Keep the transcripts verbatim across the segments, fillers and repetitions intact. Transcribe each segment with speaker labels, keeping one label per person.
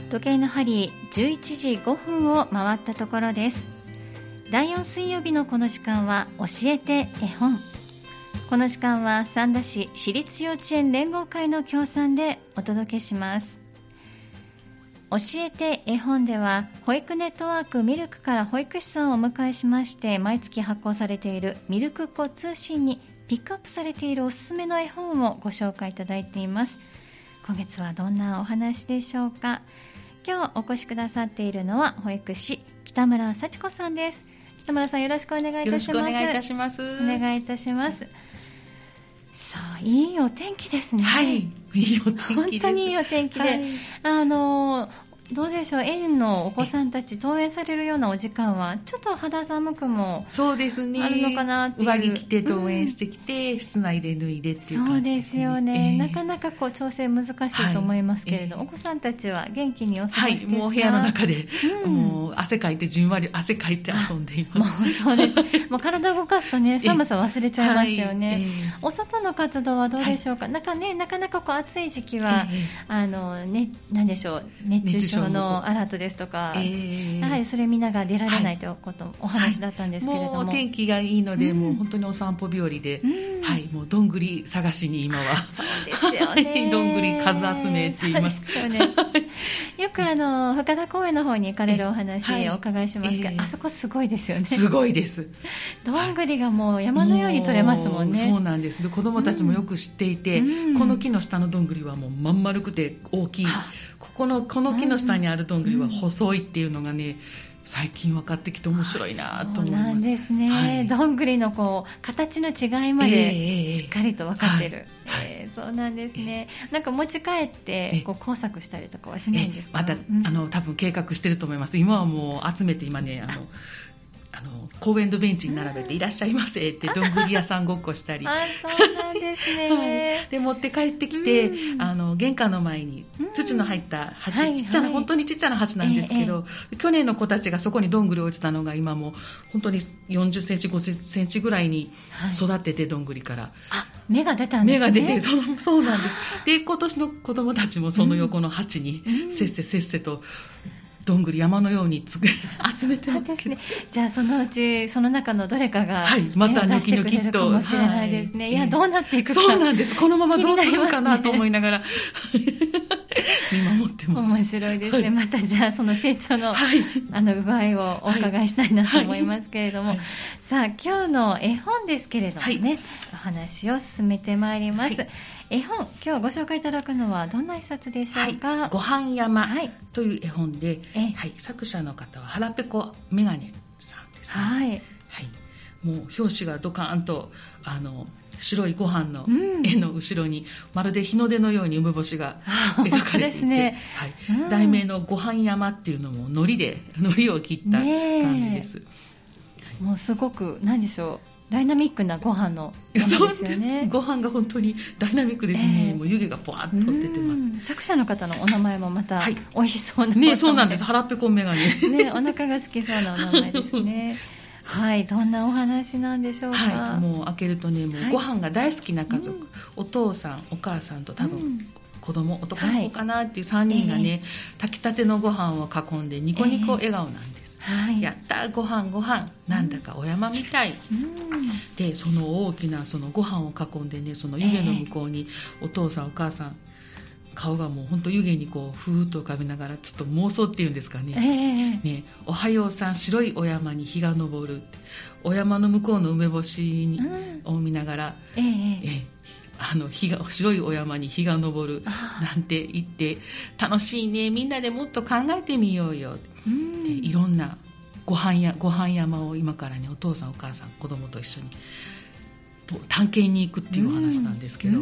Speaker 1: 時計の針じゅういちじごふんを回ったところです。だいよん水曜日のこの時間は教えて絵本。この時間は三田市私立幼稚園連合会の協賛でお届けします。教えて絵本では保育ネットワークミルクから保育士さんをお迎えしまして、毎月発行されているミルク子通信にピックアップされているおすすめの絵本をご紹介いただいています。今月はどんなお話でしょうか。今日お越しくださっているのは保育士北村幸子さんです。北村さん、よろしくお願いいたします。
Speaker 2: よろしくお願いいたします。
Speaker 1: お願いいたします。さあ、いいお天気ですね。
Speaker 2: はい、いいお天気です。
Speaker 1: 本当にいいお天気で、はい、あのどうでしょう、園のお子さんたち登園されるようなお時間はちょっと肌寒くも
Speaker 2: そうですね、
Speaker 1: あるのかなっていう。
Speaker 2: 上着着て登園してきて、うん、室内で脱いでっていう感じですね。
Speaker 1: そうですよね、
Speaker 2: えー、
Speaker 1: なかなかこう調整難しいと思いますけれど、はい、えー、お子さんたちは元気にお過ごしですか？
Speaker 2: はい、もう部屋の中で、うん、もう汗かいてじんわり汗かいて遊んでいます。
Speaker 1: もうそうですもう体を動かすとね、寒さ忘れちゃいますよね、はい、えー、お外の活動はどうでしょうか？はい、なんかね、なかなかこう暑い時期は、えー、あのね、なんでしょう、熱中症のアラートですとか、えー、やはりそれ見ながら出られないということ、はい、お話だったんですけれども、
Speaker 2: はい、もう天気がいいので、うん、もう本当にお散歩日和で、うん、はい、もうどんぐり探しに今は
Speaker 1: そうですよね
Speaker 2: どんぐり数集めって言いますか。
Speaker 1: そうですよねよくあの深田公園の方に行かれるお話をお伺いしますが、えー、あそこすごいですよね。
Speaker 2: すごいです。
Speaker 1: どんぐりがもう山のように取れますもんね。
Speaker 2: そうなんです。で、子どもたちもよく知っていて、うん、この木の下のどんぐりはもうまん丸くて大きい、ここのこの木の下にあるどんぐりは細いっていうのがね、最近分かってきて面白いなと思います。そうなんですね、はい、ど
Speaker 1: んぐりのこう形の違いまでしっかりと分かってる、えーえー、そうなんですね、えー、なんか持ち帰ってこう工作したりとかはしないんですか？
Speaker 2: えー、また、うん、あの多分計画してると思います。今はもう集めて今ね、あのあの公園のベンチに並べていらっしゃいませってどんぐり屋さんごっこしたり
Speaker 1: あ、そうなんですね、
Speaker 2: はい、で持って帰ってきて、うん、あの玄関の前に土の入った鉢、うん、ちっちゃな、はいはい、本当にちっちゃな鉢なんですけど、えー、去年の子たちがそこにどんぐり落ちたのが今も本当によんじゅっセンチごじゅっセンチぐらいに育ってて、はい、どんぐりから
Speaker 1: あ芽が出たんですね。
Speaker 2: 芽が出て、そのそうなんです。で今年の子供たちもその横の鉢にせっせせっせとどんぐり山のようにつ集めてますけど、ね、
Speaker 1: じゃあそのうちその中のどれかが、
Speaker 2: はい、またニョキニョキっと
Speaker 1: かもしれないですね、はい、いやどうなっていくか、
Speaker 2: そうなんです。このままどうするかなと思いながら見守ってます。
Speaker 1: 面白いですね、はい、またじゃあその成長の、
Speaker 2: はい、
Speaker 1: あの具合をお伺いしたいなと思いますけれども、はいはい、さあ今日の絵本ですけれどもね、はい、お話を進めてまいります、はい、絵本今日ご紹介いただくのはどんな一冊でしょうか？
Speaker 2: はい、ごはん山という絵本で、はいはい、作者の方は腹ペコメガネさんですね、はいはい、もう表紙がドカーンとあの白いご飯の絵の後ろに、うん、まるで日の出のように梅干しが描かれていて、ね、はい、うん、題名のごはん山っていうのも海苔で海苔を切った感じです、
Speaker 1: もうすごく何でしょう、ダイナミックなご飯の山ですよね。
Speaker 2: そうです。ご飯が本当にダイナミックですね、えー、もう湯気がポワッと出てます。
Speaker 1: 作者の方のお名前もまた美味しそうな、
Speaker 2: ね、そうなんです。腹ペコメガネ、
Speaker 1: ね、お腹が好きそうなお名前ですねはい、どんなお話なんでしょうか？
Speaker 2: はい、もう開けるとね、もうご飯が大好きな家族、はい、お父さんお母さんと多分、うん、子供男の子かなっていうさんにんがね、はい、炊きたてのご飯を囲んでニコニコ笑顔なんです、えーはい、やったご飯ご飯なんだかお山みたい、うん、でその大きなそのご飯を囲んでね、その湯気の向こうにお父さんお母さん顔がもう本当湯気にこうふーっと浮かびながらちょっと妄想っていうんですかね、えー、ね、おはようさん白いお山に日が昇る、お山の向こうの梅干しに、うん、を見ながら、えーえー、あの日が白いお山に日が昇るなんて言って楽しいね、みんなでもっと考えてみようよ、うん、でいろんなご飯やご飯山を今からね、お父さんお母さん子供と一緒に探検に行くっていうお話なんですけど、うん、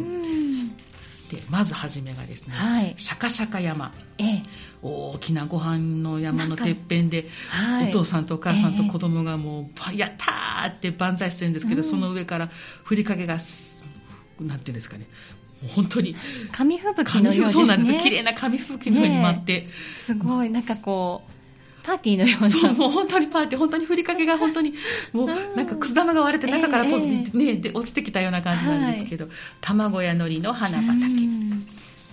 Speaker 2: でまず初めがですね、はい、シャカシャカ山、ええ、大きなご飯の山のてっぺんで、はい、お父さんとお母さんと子供がもう、ええ、やったーって万歳してるんですけど、うん、その上からふりかけがなんていうんですかね、もう本当に
Speaker 1: 紙吹雪のようですね。
Speaker 2: そうなんです。綺麗な紙吹雪のように舞って、ね、
Speaker 1: すごいなんかこうパーティーのような、
Speaker 2: そう、もう本当にパーティー、本当にふりかけが本当にもうなんかくす玉が割れて中から飛んで、えー、ね、で落ちてきたような感じなんですけど、はい、卵や海苔の花畑、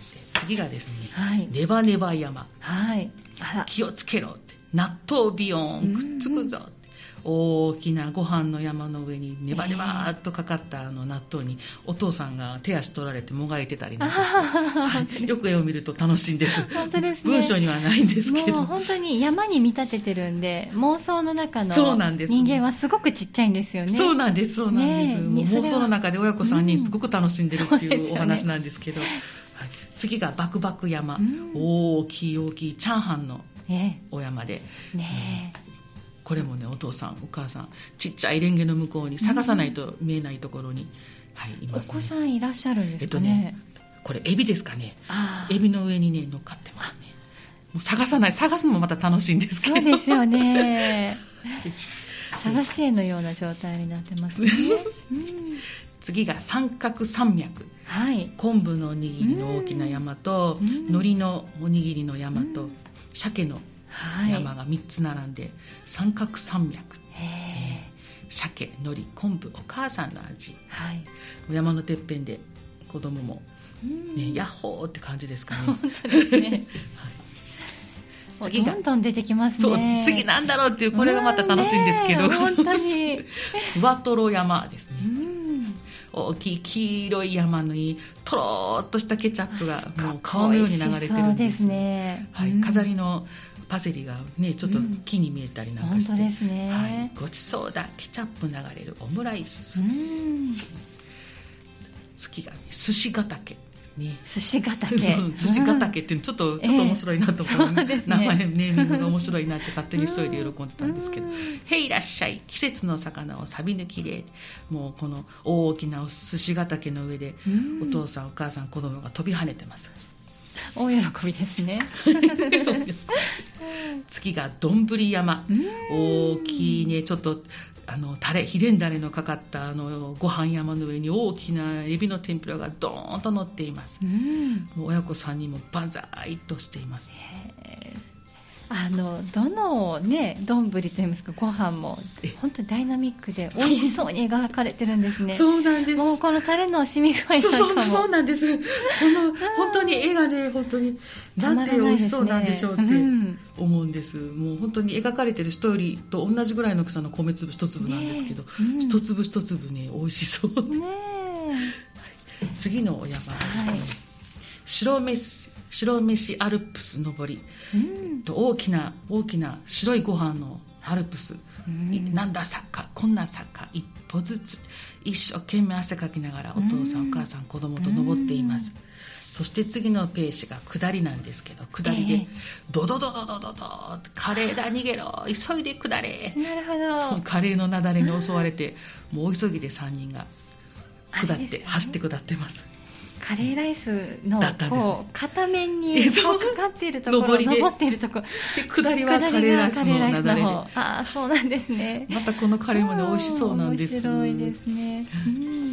Speaker 2: 次がですね、
Speaker 1: はい、
Speaker 2: ネバネバ山、
Speaker 1: はい、あら
Speaker 2: 気をつけろって、納豆ビヨーンくっつくぞって、大きなご飯の山の上にネバネバーっとかかったあの納豆にお父さんが手足取られてもがいてたりなんかして、はい、よく絵を見ると楽しいんです。
Speaker 1: 本当ですね。
Speaker 2: 文章にはないんですけど、
Speaker 1: もう本当に山に見立ててるんで、妄想の中の人間はすごくちっちゃいんですよね。
Speaker 2: そうなんです、そうなんです、ね、妄想の中で親子さんにんすごく楽しんでるっていうお話なんですけど、うん、はい、次がバクバク山、うん、大きい大きいチャーハンのお山で、えーねえ、これもね、お父さんお母さんちっちゃいレンゲの向こうに探さないと見えないところに、うん、はい、いますね。
Speaker 1: お子さんいらっしゃるんですかね。えっとね、
Speaker 2: これエビですかね。エビの上にね乗っかってますね。もう探さない、探すのもまた楽しいんですけど。
Speaker 1: そうですよね。探し絵のような状態になってますね。うん、
Speaker 2: 次が三角山脈、
Speaker 1: はい、
Speaker 2: 昆布のおにぎりの大きな山と、うん、海苔のおにぎりの山と、うん、鮭の山がみっつ並んで、はい、三角山脈、えー、鮭、海苔、昆布、お母さんの味、はい、山のてっぺんで子供も、ね、ヤッホーって感じですかね。
Speaker 1: 本当ですね。はい、
Speaker 2: 次が
Speaker 1: どんどん出てきますね。
Speaker 2: そう、次なんだろうっていう、これがまた楽しいんですけど、
Speaker 1: 本当に
Speaker 2: ふわとろ山ですね。大きい黄色い山にとろーっとしたケチャップがもう川のように流れてるんです。そうですね。はい、飾りのパセリがねちょっと木に見えたりなんかして、
Speaker 1: うん、本当ですね。はい、
Speaker 2: ごちそうだ、ケチャップ流れるオムライス。うん、次がね、寿司ヶ岳。ね、
Speaker 1: 寿司ヶ岳、
Speaker 2: 寿司ヶ岳っていうのちょっと、うん、ちょっと面白いなと思う、えー、名前ネーミングが面白いなって勝手に一人で喜んでたんですけど、へいらっしゃい、季節の魚をサビ抜きで、もうこの大きな寿司ヶ岳の上で、お父さんお母さん子供が飛び跳ねてます。
Speaker 1: 大喜びですね。
Speaker 2: そうです。次が丼山、大きいね、ちょっとあのタレ秘伝ダレのかかったあのご飯山の上に大きなエビの天ぷらがドーンと乗っています。うん、もう親子さんにも万歳としています。
Speaker 1: へー、あのどのね丼といいますかご飯も本当にダイナミックで美味しそうに描かれてるんですね。
Speaker 2: そうなんです。
Speaker 1: もうこのタレの染み具合なんかも
Speaker 2: そうそうそうなんです。この本当に絵がね本当になんて美味しそうなんでしょうって思うんです。うん、もう本当に描かれてる一人と同じぐらいの大きさの米粒一粒なんですけど、ね、うん、一粒一粒ね美味しそう。ね、次のお山ですね。はい、白飯白飯アルプス登り、うん、と大きな大きな白いご飯のアルプス、うん、なんだ坂こんな坂一歩ずつ一生懸命汗かきながらお父さん、うん、お母さん子供と登っています。うん、そして次のページが下りなんですけど、下りで、えー、ドドドドドドドカレーだ逃げろ急いで下れ。
Speaker 1: なるほど。
Speaker 2: そのカレーの雪崩に襲われて、うん、もう大急ぎでさんにんが下って走って下ってます。
Speaker 1: カレーライスのこう片面にこうかかっているところ、登っているところで、
Speaker 2: 下りはカレーライスの雪崩で、
Speaker 1: ああそうなんですね。
Speaker 2: またこのカレーもね美味しそうなんです。
Speaker 1: 面白いですね。うん、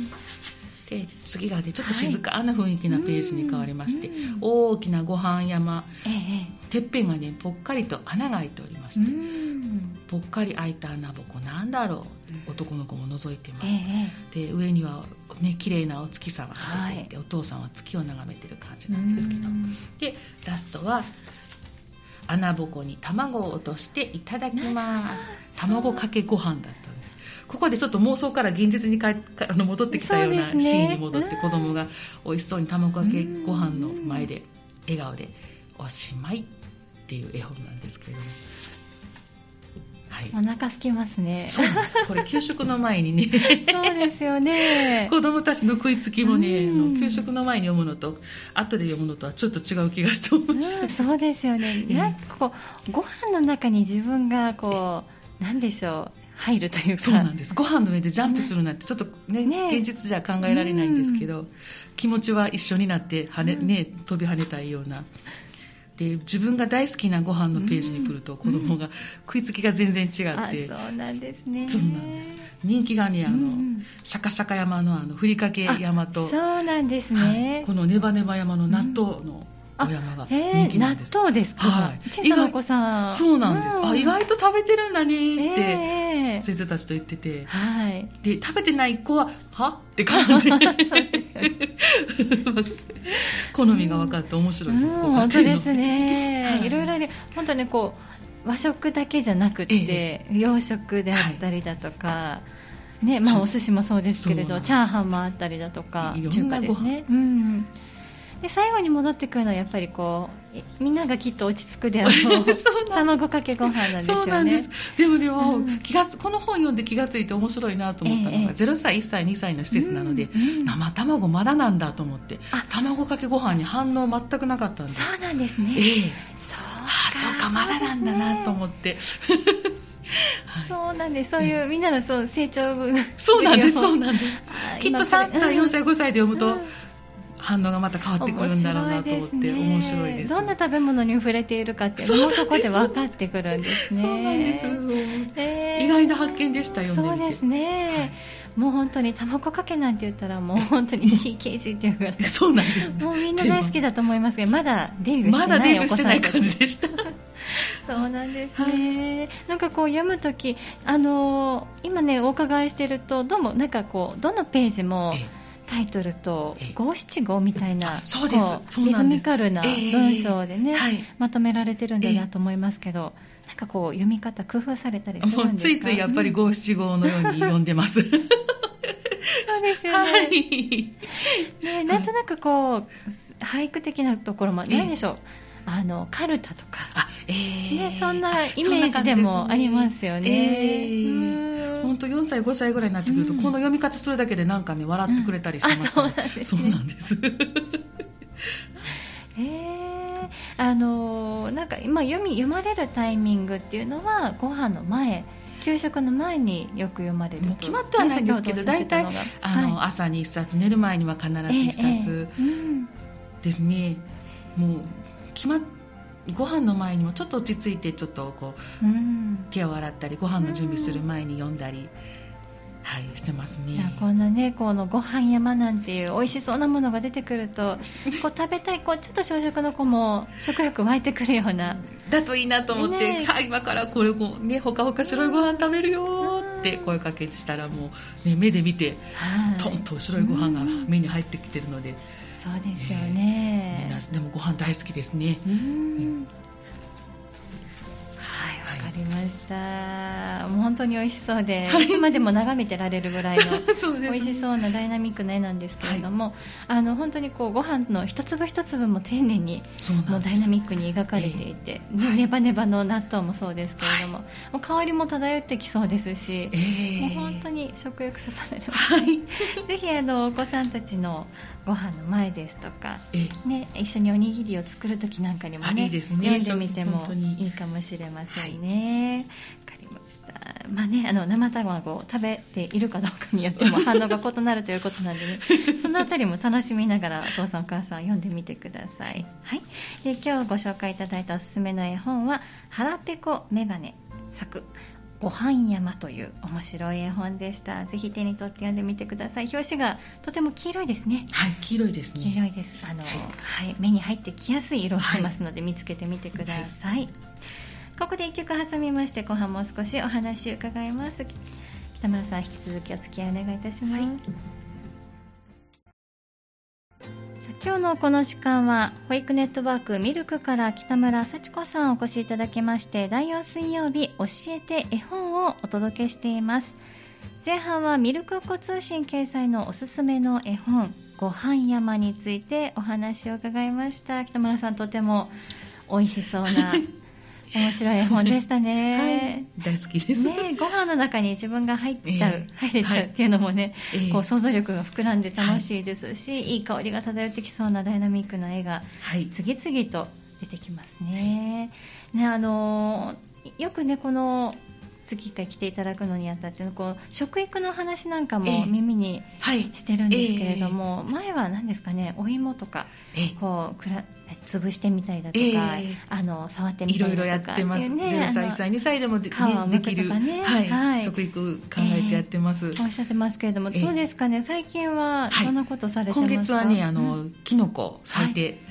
Speaker 2: で次がねちょっと静かな雰囲気なページに変わりまして、はい、大きなご飯山、ええ、てっぺんがねぽっかりと穴が開いておりまして、ぽっかり開いた穴ぼこなんだろう、男の子も覗いてます。ええ、で上にはね綺麗なお月様が出ていて、はい、お父さんは月を眺めてる感じなんですけど、でラストは穴ぼこに卵を落としていただきます。卵かけご飯だったんです。ここでちょっと妄想から現実にかあの戻ってきたようなシーンに戻って、子供が美味しそうに卵かけご飯の前で笑顔でおしまいっていう絵本なんですけれども、はい、
Speaker 1: お腹空きますね。
Speaker 2: そうなんです。これ給食の前にね
Speaker 1: そうですよね。
Speaker 2: 子供たちの食いつきもね、あの給食の前に読むのと後で読むのとはちょっと違う気がして面白いです。
Speaker 1: そうですよね。なんかこうご飯の中に自分がこうなんでしょう入るというか、
Speaker 2: そうなんです。ご飯の上でジャンプするなんてちょっと ね, ね現実じゃ考えられないんですけど、気持ちは一緒になって跳ね、ね、飛び跳ねたいような。で自分が大好きなご飯のページに来ると、子供が食いつきが全然違って、あ、
Speaker 1: そうなんですね。
Speaker 2: そうなんです。人気がね、あの、うん、シャカシャカ山のあのふりかけ山と、
Speaker 1: そうなんですね、
Speaker 2: はい、このネバネバ山の納豆のお山が人気なんです。
Speaker 1: 納豆ですか、
Speaker 2: はい、
Speaker 1: 小さなお子さん。
Speaker 2: そうなんです、うん、あ意外と食べてるんだねって、
Speaker 1: えー、
Speaker 2: 先生たちと言ってて、
Speaker 1: はい、
Speaker 2: で食べてない子ははって感じで好みが分かって面白いです、
Speaker 1: うん、本当ですね、
Speaker 2: はい、
Speaker 1: いろいろね本当にこう和食だけじゃなくて、ええ、洋食であったりだとか、はいねまあ、お寿司もそうですけれどチャーハンもあったりだとか中華ですね、うん、で最後に戻ってくるのはやっぱりこうみんながきっと落ち着くであろう卵かけご飯なんですよね。そうなんです。
Speaker 2: でもでも、うん、気がつこの本読んで気がついて面白いなと思ったのが、ええ、ゼロさい、いっさい、にさいの施設なので、うんうん、生卵まだなんだと思って卵かけご飯に反応全くなかったんです。
Speaker 1: そうなんですね、
Speaker 2: ええ、
Speaker 1: そうか、
Speaker 2: あそうかまだなんだなと思って
Speaker 1: はい、そうなんです。そういう、うん、みんなのそう成長分
Speaker 2: そうなんですそうなんですきっとさんさい、よんさい、ごさいで読むと、うん、反応がまた変わってくるんだろうなと思って面白いです。
Speaker 1: どんな食べ物に触れているかっていうのもそこで分かってくるんですね。
Speaker 2: そうなんです、えー、意外な発見でしたよね。
Speaker 1: そうですね、はい、もう本当に卵かけなんて言ったらもう本当に ティーケージー っていうぐらい
Speaker 2: そうなんです、ね、
Speaker 1: もうみんな大好きだと思いますけどまだデビューしてないお子さんたち、まだデビューしてない感じでしたそうなんですね、はい、なんかこう読むときあのー、今ねお伺いしてるとどうもなんかこうどのページもタイトルと五七五みたいな
Speaker 2: そうです
Speaker 1: リズミカルな文章でね、えーはい、まとめられてるんだなと思いますけど、えー、なんかこう読み方工夫されたりするんですか？もう
Speaker 2: ついついやっぱり五七五のように読んでますそう
Speaker 1: ですよね、はいね、なんとなくこう俳句的なところも何でしょう、えー、あのカルタとか
Speaker 2: あ、えー
Speaker 1: ね、そんなイメージでもありますよね。
Speaker 2: 本当よんさいごさいぐらいになってくると、うん、この読み方するだけでなんかね笑ってくれたりしてます、ね
Speaker 1: うん、
Speaker 2: そうなんです、ね、
Speaker 1: えー、あのなんか今読み読まれるタイミングっていうのはご飯の前給食の前によく読まれると。もう
Speaker 2: 決まってはないんですけど大体あの、はい、朝にいっさつ寝る前には必ずいっさつ、えーえーうん、ですね。もう決まっご飯の前にもちょっと落ち着いてちょっとこう、うん、手を洗ったりご飯の準備する前に読んだり、うんはい、してますね。
Speaker 1: じゃあこんなねこのご飯山なんていう美味しそうなものが出てくるとこう食べたいこうちょっと小食の子も食欲湧いてくるような
Speaker 2: だといいなと思って、ね、さあ今からこれこうねほかほか白いご飯食べるよって声かけしたらもう、ね、目で見て、はい、トンと白いご飯が目に入ってきてるので、うん、
Speaker 1: そうですよね、
Speaker 2: えー、でもご飯大好きですね。うんうん
Speaker 1: わかりました。もう本当に美味しそうで、はい、いつまでも眺めてられるぐらいの美味しそうなダイナミックな絵なんですけれども、はい、あの本当にこうご飯の一粒一粒も丁寧にもうダイナミックに描かれていて、えー、ネバネバの納豆もそうですけれども、はい、もう香りも漂ってきそうですし、えー、もう本当に食欲そそられます、はい、ぜひあのお子さんたちのご飯の前ですとか、えーね、一緒におにぎりを作るときなんかにもね、
Speaker 2: いいですね、
Speaker 1: 読んでみてもいいかもしれませんね。わかりました。まあね、あの生卵を食べているかどうかによっても反応が異なるということなんでねそのあたりも楽しみながらお父さんお母さん読んでみてください。はい。で今日ご紹介いただいたおすすめの絵本は腹ペコメガネ作ご飯山という面白い絵本でした。ぜひ手に取って読んでみてください。表紙がとても黄色いですね。
Speaker 2: はい、黄色いですね。
Speaker 1: 黄色いです。あの、はいはい、目に入ってきやすい色をしてますので、はい、見つけてみてください。はい、ここでいっきょく挟みまして後半もう少しお話伺います。北村さん引き続きお付き合いお願いいたします。はい、今日のこの時間は保育ネットワークミルクから北村幸子さんお越しいただきましてだいよん水曜日教えて絵本をお届けしています。前半はミルクっ子通信掲載のおすすめの絵本ご飯山についてお話を伺いました。北村さんとても美味しそうな面白い絵本でしたね、
Speaker 2: はい、大好きです、
Speaker 1: ね、ご飯の中に自分が入っちゃう、えー、入れちゃうっていうのもね、はい、こう想像力が膨らんで楽しいですし、はい、いい香りが漂ってきそうなダイナミックな絵が次々と出てきますね、はい、ねあのー、よくねこの次回来ていただくのにあたってこう食育の話なんかも耳にしてるんですけれども、えーはい、前は何ですかねお芋とか、えー、こうくら潰してみたりだとか、えー、あの触ってみたりだとかいろいろやってます、
Speaker 2: ね、ゼロさい、いっさい、にさいでも で,、ね、できる、ねはいはい、食育考えてやってます、え
Speaker 1: ー、おっしゃってますけれども、えー、どうですかね最近はどんなことされてますか？
Speaker 2: 今月はねあの、うん、キノコ咲いて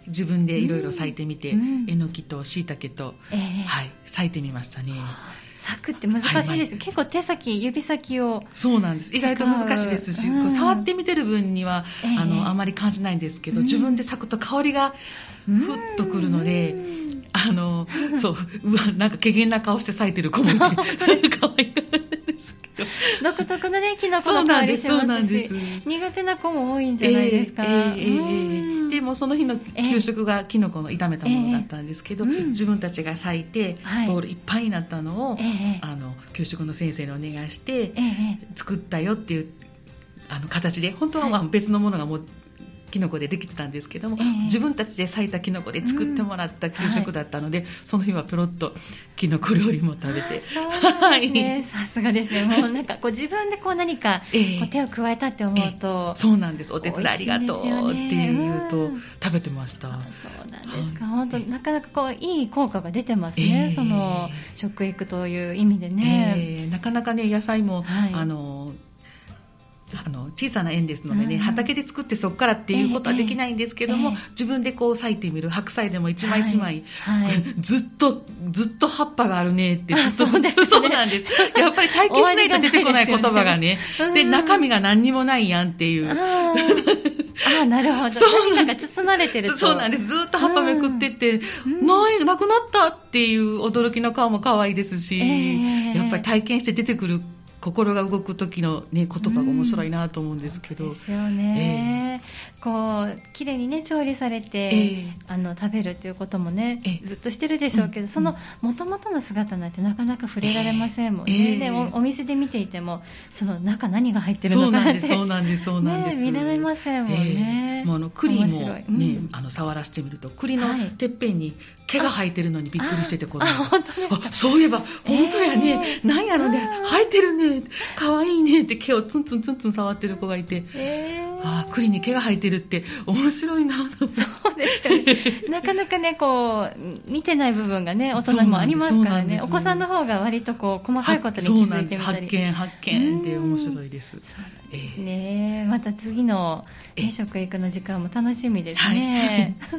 Speaker 2: 自分でいろいろ咲いてみて、
Speaker 1: うん、
Speaker 2: えのきとしいたけと、
Speaker 1: えー
Speaker 2: はい、咲いてみましたね。
Speaker 1: 咲くって難しいです、はい、結構手先指先を
Speaker 2: そうなんです、意外と難しいですし、うん、こう触ってみてる分には、えー、あのあまり感じないんですけど、うん、自分で咲くと香りがふっとくるので、うん、あのそううわなんか怪げな顔して咲いてる子もいて可愛いですけど
Speaker 1: 独特のねキノコの香りしますし、苦手な子も多いんじゃないですか。えーえーえー、
Speaker 2: でもその日の給食がキノコの炒めたものだったんですけど、えー、自分たちが咲いて、はい、ボールいっぱいになったのを、えー、あの給食の先生にお願いして、えー、作ったよっていうあの形で、本当はまあ別のものがもうキノコでできてたんですけども、えー、自分たちで咲いたキノコで作ってもらった給食だったので、うんはい、その日はペロッとキノコ料理も食べて、
Speaker 1: さすがですね。もうなんかこう自分でこう何かこう手を加えたって思うと、
Speaker 2: えー、そうなんです。お手伝いありがとうっていうと食べてました。
Speaker 1: そうなんですか。本当なかなかこういい効果が出てますね、えー、その食育という意味でね、
Speaker 2: えー、なかなかね野菜も、はい、あのあの小さな園ですのでね、うん、畑で作ってそこからっていうことはできないんですけども、えーえー、自分でこう咲いてみる白菜でも一枚一枚、はいはい、ずっとずっと葉っぱがあるねってずっとずっとそうなんです。やっぱり体験しないと出てこない言葉がね、で中身が何にもないやんっていう。
Speaker 1: ああなるほど。そうなんか包まれてると。
Speaker 2: そうなんです。ずっと葉っぱめくってって、うん、ないなくなったっていう驚きの顔も可愛いですし、えー、やっぱり体験して出てくる心が動く時の、ね、言葉が面白いなと思うんですけど、うん、
Speaker 1: ですよね、えー、こう綺麗にね調理されて、えー、あの食べるっていうこともね、えー、ずっとしてるでしょうけど、うん、その元々の姿なんてなかなか触れられませんもんね、えーで お, お店で見ていてもその中何が入ってるのかって
Speaker 2: そうなんですそうなんです、
Speaker 1: ね、見られませんもんね、
Speaker 2: えー、もうあの栗も、ねうん、あの触らせてみると栗のてっぺんに毛が生えてるのにびっくりしてて、これあ
Speaker 1: 本当ですか。
Speaker 2: あそういえば本当やね、えー、なんやろね生えてるねかわいいいいねって毛をツンツンツンツン触ってる子がいて、えー、あ栗に毛が生えてるって面白いな。
Speaker 1: そうですよね。なかなかねこう見てない部分がね大人もありますからね。お子さんの方が割とこう細かいことに気づいてみたり、
Speaker 2: 発見発見って面白いです。
Speaker 1: そうですね、えー、また次の、ね、食育の時間も楽しみですね。はい、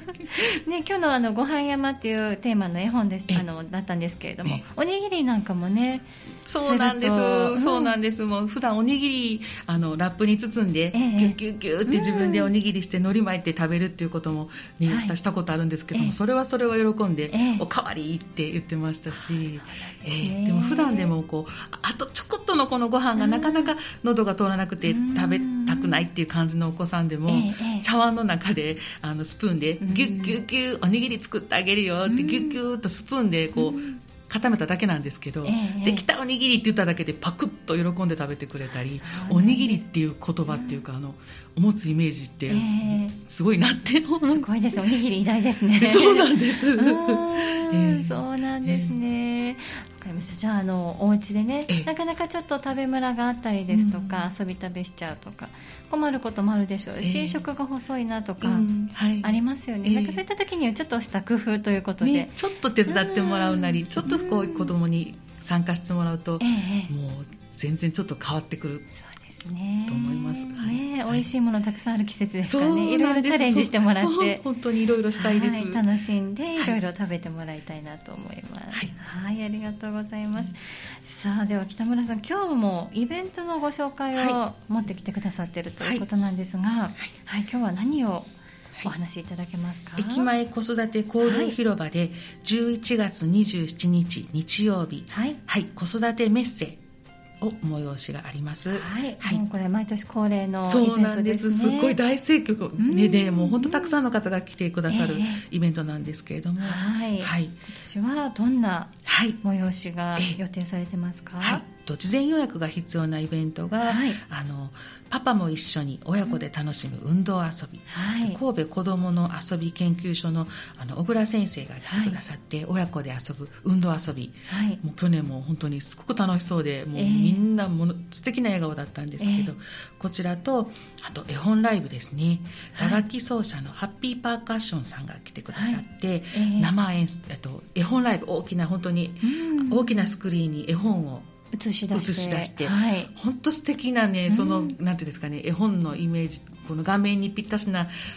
Speaker 1: ね今日のあのご飯山っていうテーマの絵本ですあのだったんですけれども、おにぎりなんかもね
Speaker 2: そうなんです、うん、そうなんです。もう普段おにぎりあのラップに包んで、えー、ギュッギュッギュッって自分でおにぎりして海苔巻いて食べるっていうことも、ねはい、したことあるんですけども、えー、それはそれを喜んで、えー、おかわりって言ってましたし、えー、でも普段でもこうあとちょこっとのこのご飯がなかなか喉が通らなくて食べたくないっていう感じのお子さんでも、えー、茶碗の中であのスプーンでギュッギュッギュッおにぎり作ってあげるよってギュッギュッとスプーンでこう固めただけなんですけど、えー、できたおにぎりって言っただけでパクッと喜んで食べてくれたり、おにぎりっていう言葉っていうかあの持つイメージってすごいなって、えー、
Speaker 1: すごいです。おにぎり偉大ですね。
Speaker 2: そうなんです、え
Speaker 1: ー、そうなんですね、えー、わかりました。じゃあ、あのお家でね、えー、なかなかちょっと食べムラがあったりですとか、うん、遊び食べしちゃうとか困ることもあるでしょうし、えー、食が細いなとか、うんはい、ありますよね、えー、なんかそういった時にはちょっとした工夫ということで、ね、
Speaker 2: ちょっと手伝ってもらうなり、ちょっとこう子供に参加してもらうと、えー、もう全然ちょっと変わってくると思います。
Speaker 1: ね、ね、美味しいものたくさんある季節ですからね、いろいろチャレンジしてもらって
Speaker 2: 本当にいろいろしたいです、
Speaker 1: はい、楽しんでいろいろ食べてもらいたいなと思います。はい、はい、ありがとうございます。さあでは北村さん、今日もイベントのご紹介を持ってきてくださっているということなんですが、はいはいはい、今日は何をお話しいただけますか。
Speaker 2: 駅前子育て交流広場でじゅういちがつにじゅうしちにち日曜日、はいはい、子育てメッセを催しがあります。
Speaker 1: はい、はい、もうこれ毎年恒例のイベントですね。
Speaker 2: そうなんです。すっごい大盛況ねで、もう本当たくさんの方が来てくださるイベントなんですけれども、えーはいはい、
Speaker 1: 今年はどんな催しが予定されてますか。
Speaker 2: はいはい事前予約が必要なイベントが、はい、あのパパも一緒に親子で楽しむ運動遊び、はい、神戸子どもの遊び研究所 の, あの小倉先生が来てくださって、はい、親子で遊ぶ運動遊び、はい、もう去年も本当にすごく楽しそうでもうみんなもの、えー、素敵な笑顔だったんですけど、えー、こちらとあと絵本ライブですね、はい、打楽器奏者のハッピーパーカッションさんが来てくださって、はいえー、生演奏と絵本ライブ大きな本当に大きなスクリーンに絵本を
Speaker 1: 映し出して、映し出して、
Speaker 2: はい、本当素敵なね、その、うん、なんていうんですかね、絵本のイメージ、この画面にぴったしな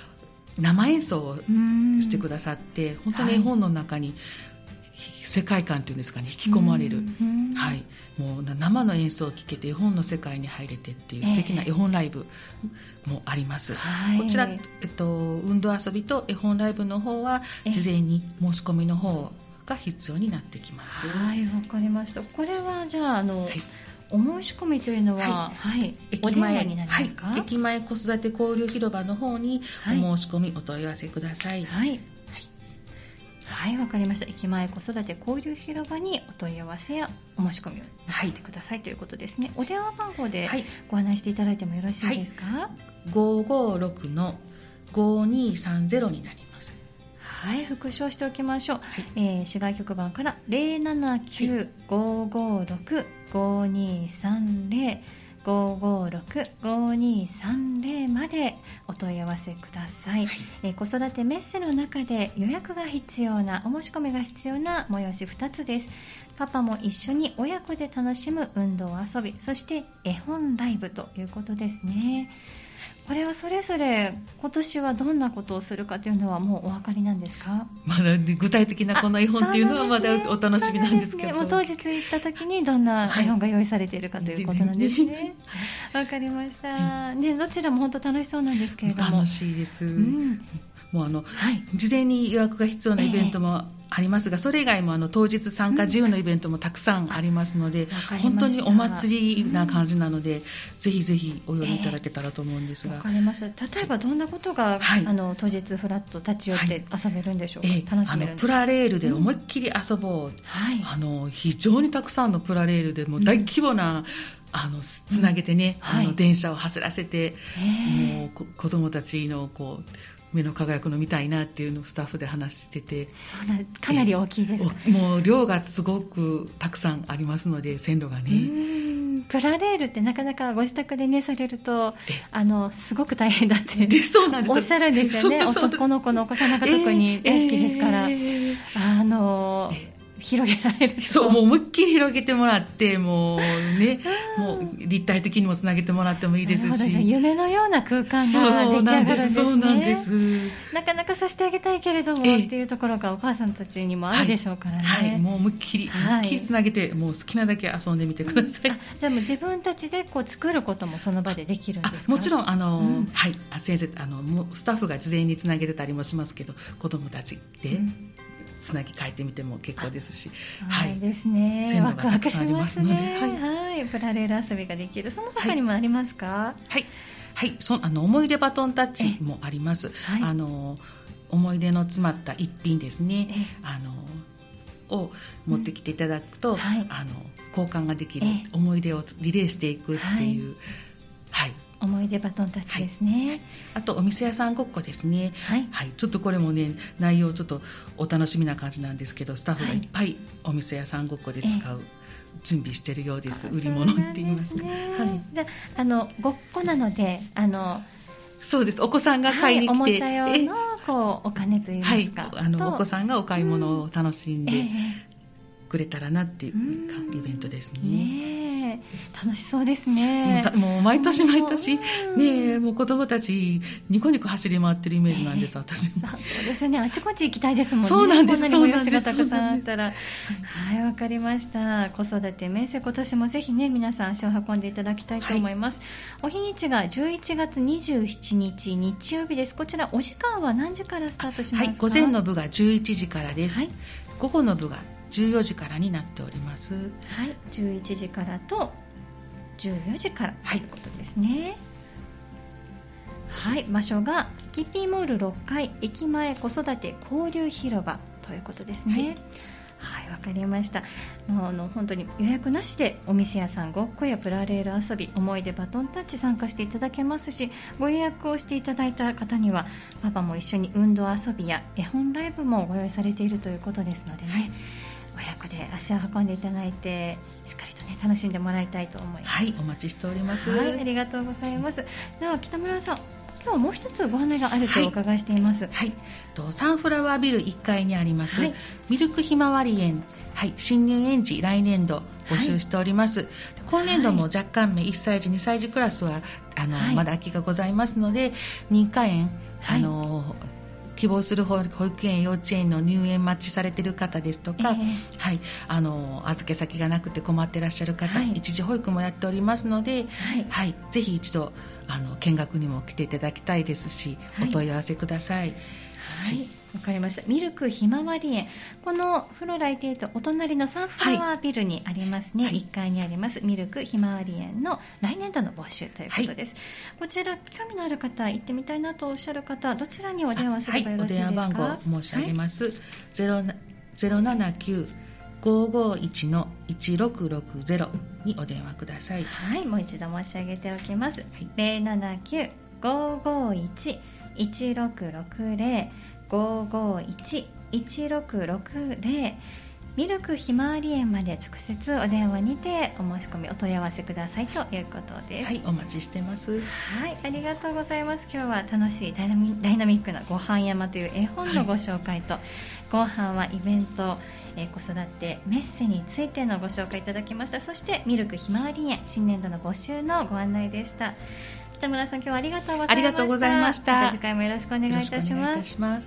Speaker 2: 生演奏をしてくださって、本当に絵本の中に世界観というんですかね、引き込まれる、はい、もう生の演奏を聴けて絵本の世界に入れてっていう素敵な絵本ライブもあります、えー、こちら、えっと、運動遊びと絵本ライブの方は事前に申し込みの方が必要になってきます。
Speaker 1: はい、わかりました。これはじゃあ、あの、はい、お申し込みというのは、はいはい、
Speaker 2: 駅前になりますか？はい、駅前子育て交流広場の方にお申し込み、お問い合わせください。
Speaker 1: はい、はい、わかりました。駅前子育て交流広場にお問い合わせやお申し込みをなさってくださいということですね。お電話番号でご案内していただいてもよろしいですか？はい、
Speaker 2: ごーごーろくのごーにーさんゼロになります。
Speaker 1: はい、復唱しておきましょう。はい、えー、市外局番から ゼロななきゅうごーごーろくごーにーさんゼロ ごーごーろくごーにーさんゼロ までお問い合わせください。はい、えー、子育てメッセの中で予約が必要な、お申し込みが必要な催しふたつです。パパも一緒に親子で楽しむ運動遊び、そして絵本ライブということですね。これはそれぞれ今年はどんなことをするかというのはもうお分かりなんですか？
Speaker 2: まだ具体的なこの絵本っていうのはまだお楽しみなんですけど、ね、
Speaker 1: もう当日行った時にどんな絵本が用意されているかということなんですね。わかりました、ね、どちらも本当楽しそうなんですけれども。
Speaker 2: 楽しいです、うん、もうあの、はい、事前に予約が必要なイベントもありますが、えー、それ以外もあの当日参加自由のイベントもたくさんありますので、うん、本当にお祭りな感じなので、うん、ぜひぜひお寄りいただけたらと思うんですが、
Speaker 1: わかります。例えばどんなことが、はい、あの当日フラッと立ち寄って遊べるんでしょうか？はい、楽しめるんですか？
Speaker 2: あのプラレールで思いっきり遊ぼう、うん、はい、あの非常にたくさんのプラレールでもう大規模な、うん、あのつなげてね、うん、あの電車を走らせて、もう子どもたちのこう目の輝くの見たいなっていうのをスタッフで話してて、
Speaker 1: そうなかなり大きいですか？
Speaker 2: もう量がすごくたくさんありますので、線路がね。う
Speaker 1: ーん、プラレールってなかなかご自宅でねされるとあのすごく大変だって
Speaker 2: そうなんです
Speaker 1: おっしゃるんですよね。男の子のお子さんなんか特に大好きですから、えーえー、あの広げられると、
Speaker 2: そう、もう思いっきり広げてもらって、もうね、もう立体的にもつなげてもらってもいいですし、
Speaker 1: なるほど、じゃあ夢のような空間が出来上がるんですね。
Speaker 2: そうなんです。
Speaker 1: なかなかさせてあげたいけれども、えー、っていうところがお母さんたちにもあるでしょうからね。
Speaker 2: はいはい、もう思いっきり、はい、思いっきりつなげて、もう好きなだけ遊んでみてください。
Speaker 1: でも自分たちでこう作ることもその場でできるんですか？
Speaker 2: もちろんあの、うん、はい、先生あのスタッフが事前につなげてたりもしますけど、子どもたちで、うん、つなぎ変えてみても結構ですし、
Speaker 1: はい、ですね、
Speaker 2: 線路がたくさんありますので、
Speaker 1: ワクワクしますね。はい、はい、プラレール遊びができる。その他にもありますか？
Speaker 2: はい、はい、はい、そあの思い出バトンタッチもあります。はい、あの思い出の詰まった一品ですね、あのを持ってきていただくと、うん、はい、あの交換ができる、思い出をリレーしていくっていう、はい、はい、
Speaker 1: 思い出バトンタッチですね。はい、
Speaker 2: あとお店屋さんごっこですね。はい、はい、ちょっとこれもね内容ちょっとお楽しみな感じなんですけど、スタッフがいっぱいお店屋さんごっこで使う、はい、準備してるようです。売り物って言いますか。はい、
Speaker 1: じゃあ、あのごっこなので、あの
Speaker 2: そうです。お子さんが買いに来て、はい、
Speaker 1: おもちゃ用のこうお金といいますか、
Speaker 2: はい、あのお子さんがお買い物を楽しんでくれたらなっていうイベントですね。ね、
Speaker 1: 楽しそうですね。
Speaker 2: もう、もう毎年毎年、ね、もう子供たちニコニコ走り回ってるイメージなんです、えー、私も。
Speaker 1: そうですね、あちこち行きたいですもんね。
Speaker 2: そうなんです。
Speaker 1: こんなに催しがたくさんあったら。はい、わかりました。子育てメッセ、今年もぜひね皆さん足を運んでいただきたいと思います。はい、お日にちがじゅういちがつにじゅうしちにち日曜日です。こちらお時間は何時からスタートしますか？はい、
Speaker 2: 午前の部がじゅういちじからです。はい、午後の部がじゅうよじからになっております。はい、
Speaker 1: じゅういちじからとじゅうよじからということですね。はい、場所がキティモールろっかい駅前子育て交流広場ということですね。はい、わ、はい、かりました。もうあの本当に予約なしでお店屋さんごっこやプラレール遊び、思い出バトンタッチ参加していただけますし、ご予約をしていただいた方にはパパも一緒に運動遊びや絵本ライブもご用意されているということですのでね、はい、親子で足を運んでいただいてしっかりとね楽しんでもらいたいと思います。
Speaker 2: はい、お待ちしております。
Speaker 1: はい、ありがとうございます。では北村さん、今日もう一つご案内があるとお伺いしています。
Speaker 2: はい、はい、サンフラワービルいっかいにあります、はい、ミルクひまわり園、はい、新入園児来年度募集しております。はい、今年度も若干目いっさいじにさいじクラスはあの、はい、まだ空きがございますので、認可園はい、あの希望する保育園幼稚園の入園待ちされている方ですとか、えーはい、あの預け先がなくて困ってらっしゃる方、はい、一時保育もやっておりますので、はいはい、ぜひ一度あの見学にも来ていただきたいですし、はい、お問い合わせください。
Speaker 1: はい、わかりました。ミルクひまわり園、このフロライテイトお隣のサンフラワービルにありますね、はい、いっかいにありますミルクひまわり園の来年度の募集ということです、はい、こちら興味のある方、行ってみたいなとおっしゃる方、どちらにお電話すればよろしいですか？
Speaker 2: はい、お電話番号申し上げます、はい、ゼロななきゅう ごーごーいち のいちろくろくゼロにお電話ください。
Speaker 1: はい、もう一度申し上げておきます、はい、ゼロななきゅう ごーごーいち いちろくろくゼロ ごーごーいち いちろくろくゼロ、ミルクひまわり園まで直接お電話にてお申し込みお問い合わせくださいということです。
Speaker 2: はい、お待ちしてます。
Speaker 1: はい、ありがとうございます。今日は楽しいダイナミ、ダイナミックなごはん山という絵本のご紹介と、はい、ごはんはイベント、えー、子育てメッセについてのご紹介いただきました。そしてミルクひまわり園新年度の募集のご案内でした。北村さん、今日はありがとうございました。
Speaker 2: ありがとうございました。
Speaker 1: また次回もよろしくお願いいたします。
Speaker 2: よろしくお願いいたします。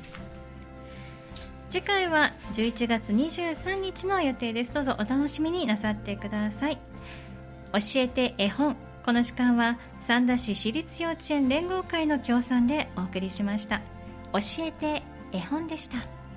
Speaker 1: 次回はじゅういちがつにじゅうさんにちの予定です。どうぞお楽しみになさってください。教えて絵本、この時間は三田市私立幼稚園連合会の協賛でお送りしました。教えて絵本でした。